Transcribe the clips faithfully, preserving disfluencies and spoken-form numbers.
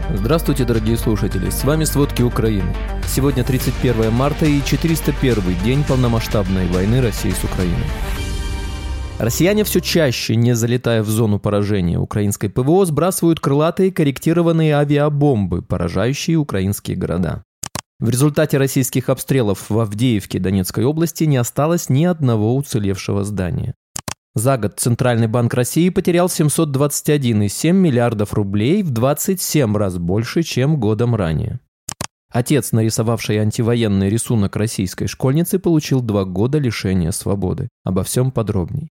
Здравствуйте, дорогие слушатели, с вами «Сводки Украины». Сегодня тридцать первое марта и четыреста первый день полномасштабной войны России с Украиной. Россияне все чаще, не залетая в зону поражения украинской ПВО, сбрасывают крылатые корректированные авиабомбы, поражающие украинские города. В результате российских обстрелов в Авдеевке Донецкой области не осталось ни одного уцелевшего здания. За год Центральный банк России потерял семьсот двадцать один целых семь десятых миллиардов рублей, в двадцать семь раз больше, чем годом ранее. Отец, нарисовавший антивоенный рисунок российской школьницы, получил два года лишения свободы. Обо всем подробней.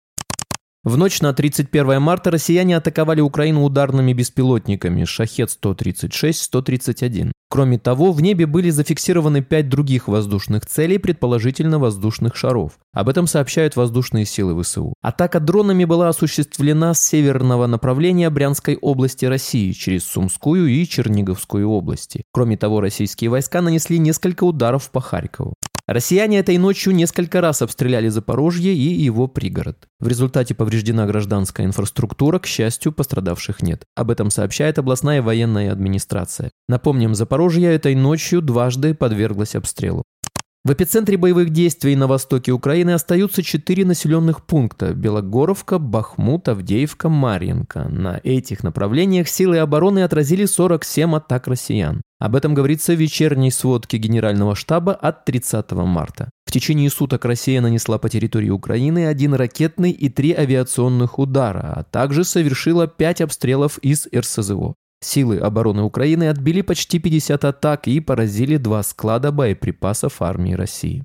В ночь на тридцать первое марта россияне атаковали Украину ударными беспилотниками «Шахед сто тридцать шесть», «сто тридцать один». Кроме того, в небе были зафиксированы пять других воздушных целей, предположительно воздушных шаров. Об этом сообщают воздушные силы ВСУ. Атака дронами была осуществлена с северного направления Брянской области России через Сумскую и Черниговскую области. Кроме того, российские войска нанесли несколько ударов по Харькову. Россияне этой ночью несколько раз обстреляли Запорожье и его пригород. В результате повреждена гражданская инфраструктура, к счастью, пострадавших нет. Об этом сообщает областная военная администрация. Напомним, Запорожье этой ночью дважды подверглось обстрелу. В эпицентре боевых действий на востоке Украины остаются четыре населенных пункта – Белогоровка, Бахмут, Авдеевка, Марьинка. На этих направлениях силы обороны отразили сорок семь атак россиян. Об этом говорится в вечерней сводке Генерального штаба от тридцатого марта. В течение суток Россия нанесла по территории Украины один ракетный и три авиационных удара, а также совершила пять обстрелов из эр эс зэ о. Силы обороны Украины отбили почти пятьдесят атак и поразили два склада боеприпасов армии России.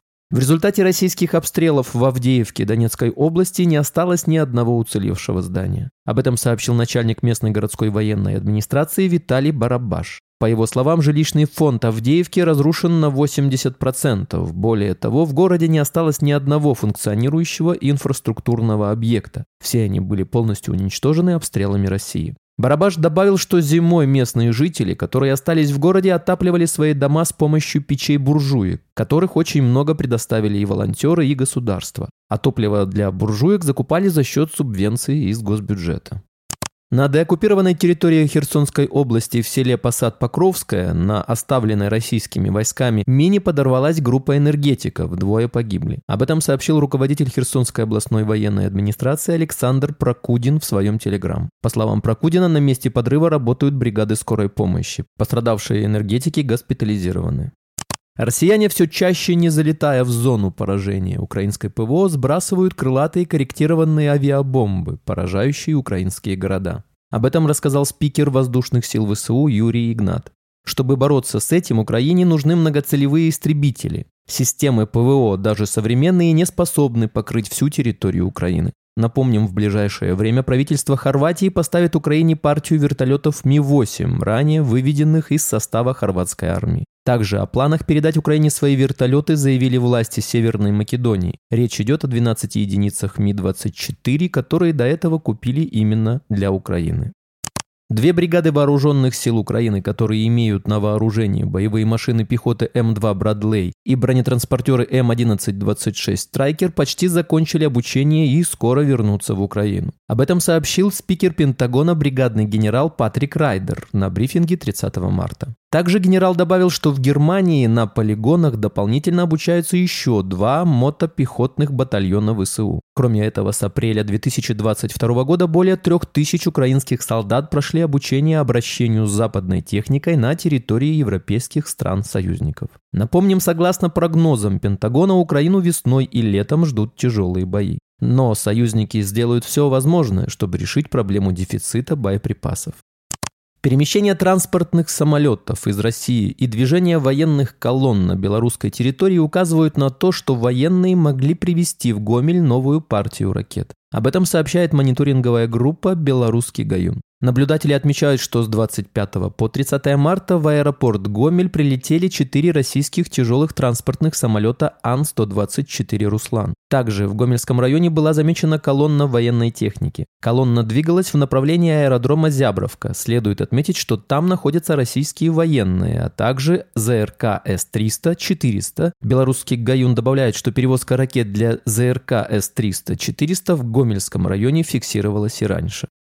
В результате российских обстрелов в Авдеевке Донецкой области не осталось ни одного уцелевшего здания. Об этом сообщил начальник местной городской военной администрации Виталий Барабаш. По его словам, жилищный фонд Авдеевки разрушен на восемьдесят процентов. Более того, в городе не осталось ни одного функционирующего инфраструктурного объекта. Все они были полностью уничтожены обстрелами России. Барабаш добавил, что зимой местные жители, которые остались в городе, отапливали свои дома с помощью печей-буржуек, которых очень много предоставили и волонтеры, и государство. А топливо для буржуек закупали за счет субвенций из госбюджета. На деоккупированной территории Херсонской области в селе Посад-Покровское на оставленной российскими войсками мине подорвалась группа энергетиков, двое погибли. Об этом сообщил руководитель Херсонской областной военной администрации Александр Прокудин в своем телеграм. По словам Прокудина, на месте подрыва работают бригады скорой помощи. Пострадавшие энергетики госпитализированы. Россияне все чаще, не залетая в зону поражения украинской ПВО, сбрасывают крылатые корректированные авиабомбы, поражающие украинские города. Об этом рассказал спикер воздушных сил ВСУ Юрий Игнат. Чтобы бороться с этим, Украине нужны многоцелевые истребители. Системы ПВО, даже современные, не способны покрыть всю территорию Украины. Напомним, в ближайшее время правительство Хорватии поставит Украине партию вертолетов Ми восемь, ранее выведенных из состава хорватской армии. Также о планах передать Украине свои вертолеты заявили власти Северной Македонии. Речь идет о двенадцати единицах Ми двадцать четыре, которые до этого купили именно для Украины. Две бригады вооруженных сил Украины, которые имеют на вооружении боевые машины пехоты Эм два «Брадлей» и бронетранспортеры Эм одиннадцать двадцать шесть «Страйкер», почти закончили обучение и скоро вернутся в Украину. Об этом сообщил спикер Пентагона бригадный генерал Патрик Райдер на брифинге тридцатого марта. Также генерал добавил, что в Германии на полигонах дополнительно обучаются еще два мотопехотных батальона ВСУ. Кроме этого, с апреля две тысячи двадцать второго года более трех тысяч украинских солдат прошли обучение обращению с западной техникой на территории европейских стран-союзников. Напомним, согласно прогнозам Пентагона, Украину весной и летом ждут тяжелые бои. Но союзники сделают все возможное, чтобы решить проблему дефицита боеприпасов. Перемещение транспортных самолетов из России и движение военных колонн на белорусской территории указывают на то, что военные могли привезти в Гомель новую партию ракет. Об этом сообщает мониторинговая группа «Белорусский Гаюн». Наблюдатели отмечают, что с двадцать пятого по тридцатое марта в аэропорт Гомель прилетели четыре российских тяжелых транспортных самолета Ан сто двадцать четыре «Руслан». Также в Гомельском районе была замечена колонна военной техники. Колонна двигалась в направлении аэродрома Зябровка. Следует отметить, что там находятся российские военные, а также зэ эр ка эс триста четыреста. Белорусский Гаюн добавляет, что перевозка ракет для зэ эр ка эс триста четыреста в Гомельском районе фиксировалась и раньше.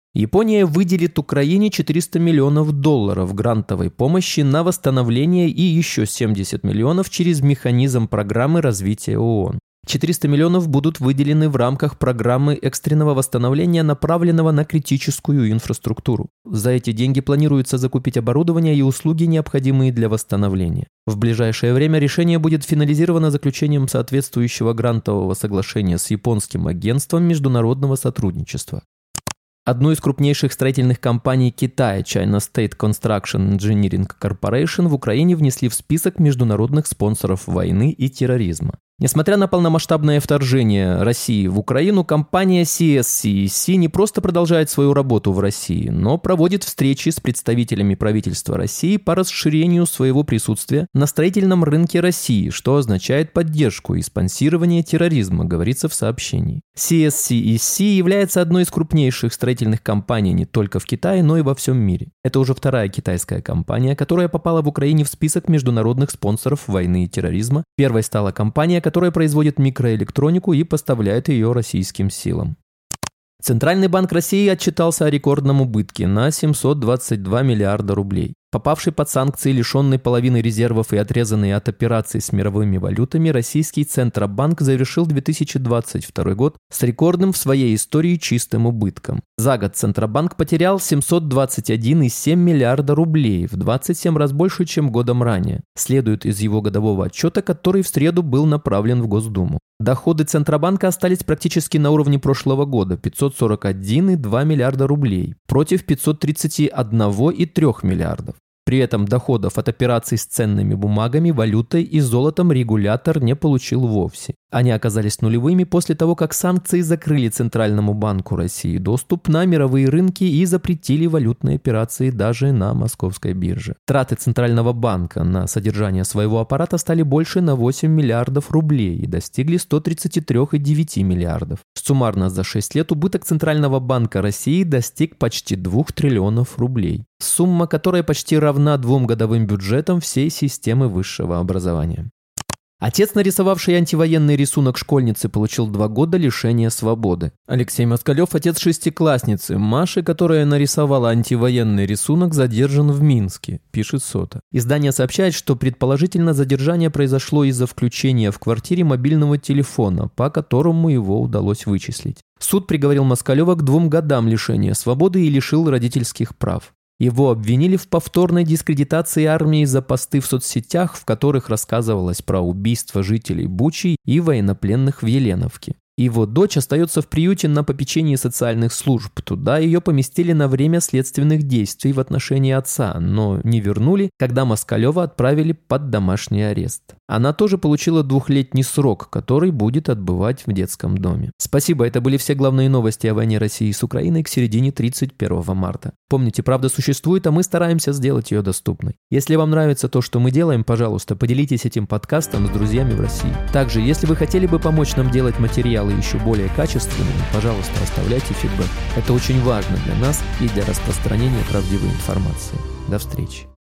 Япония выделит Украине четыреста миллионов долларов грантовой помощи на восстановление и еще семьдесят миллионов через механизм программы развития ООН. четыреста миллионов будут выделены в рамках программы экстренного восстановления, направленного на критическую инфраструктуру. За эти деньги планируется закупить оборудование и услуги, необходимые для восстановления. В ближайшее время решение будет финализировано заключением соответствующего грантового соглашения с японским агентством международного сотрудничества. Одну из крупнейших строительных компаний Китая, China State Construction Engineering Corporation, в Украине внесли в список международных спонсоров войны и терроризма. Несмотря на полномасштабное вторжение России в Украину, компания си эс си и си не просто продолжает свою работу в России, но проводит встречи с представителями правительства России по расширению своего присутствия на строительном рынке России, что означает поддержку и спонсирование терроризма, говорится в сообщении. си эс си и си является одной из крупнейших строительных компаний не только в Китае, но и во всем мире. Это уже вторая китайская компания, которая попала в Украине в список международных спонсоров войны и терроризма. Первой стала компания, которая производит микроэлектронику и поставляет ее российским силам. Центральный банк России отчитался о рекордном убытке на семьсот двадцать два миллиарда рублей. Попавший под санкции, лишенный половины резервов и отрезанный от операций с мировыми валютами, российский Центробанк завершил две тысячи двадцать второй год с рекордным в своей истории чистым убытком. За год Центробанк потерял семьсот двадцать один целых семь десятых миллиарда рублей, в двадцать семь раз больше, чем годом ранее. Следует из его годового отчета, который в среду был направлен в Госдуму. Доходы Центробанка остались практически на уровне прошлого года – пятьсот сорок один целых два десятых миллиарда рублей против пятьсот тридцать один целых три десятых миллиардов. При этом доходов от операций с ценными бумагами, валютой и золотом регулятор не получил вовсе. Они оказались нулевыми после того, как санкции закрыли Центральному банку России доступ на мировые рынки и запретили валютные операции даже на московской бирже. Траты Центрального банка на содержание своего аппарата стали больше на восемь миллиардов рублей и достигли ста тридцати трёх целых девяти десятых миллиардов. Суммарно за шесть лет убыток Центрального банка России достиг почти двух триллионов рублей. Сумма, которая почти равна двум годовым бюджетам всей системы высшего образования. Отец, нарисовавший антивоенный рисунок школьницы, получил два года лишения свободы. Алексей Москалев, отец шестиклассницы Маши, которая нарисовала антивоенный рисунок, задержан в Минске, пишет Сота. Издание сообщает, что предположительно задержание произошло из-за включения в квартире мобильного телефона, по которому его удалось вычислить. Суд приговорил Москалева к двум годам лишения свободы и лишил родительских прав. Его обвинили в повторной дискредитации армии за посты в соцсетях, в которых рассказывалось про убийство жителей Бучи и военнопленных в Еленовке. Его дочь остается в приюте на попечении социальных служб. Туда ее поместили на время следственных действий в отношении отца, но не вернули, когда Москалева отправили под домашний арест. Она тоже получила двухлетний срок, который будет отбывать в детском доме. Спасибо, это были все главные новости о войне России с Украиной к середине тридцать первого марта. Помните, правда существует, а мы стараемся сделать ее доступной. Если вам нравится то, что мы делаем, пожалуйста, поделитесь этим подкастом с друзьями в России. Также, если вы хотели бы помочь нам делать материалы еще более качественными, пожалуйста, оставляйте фидбэк. Это очень важно для нас и для распространения правдивой информации. До встречи.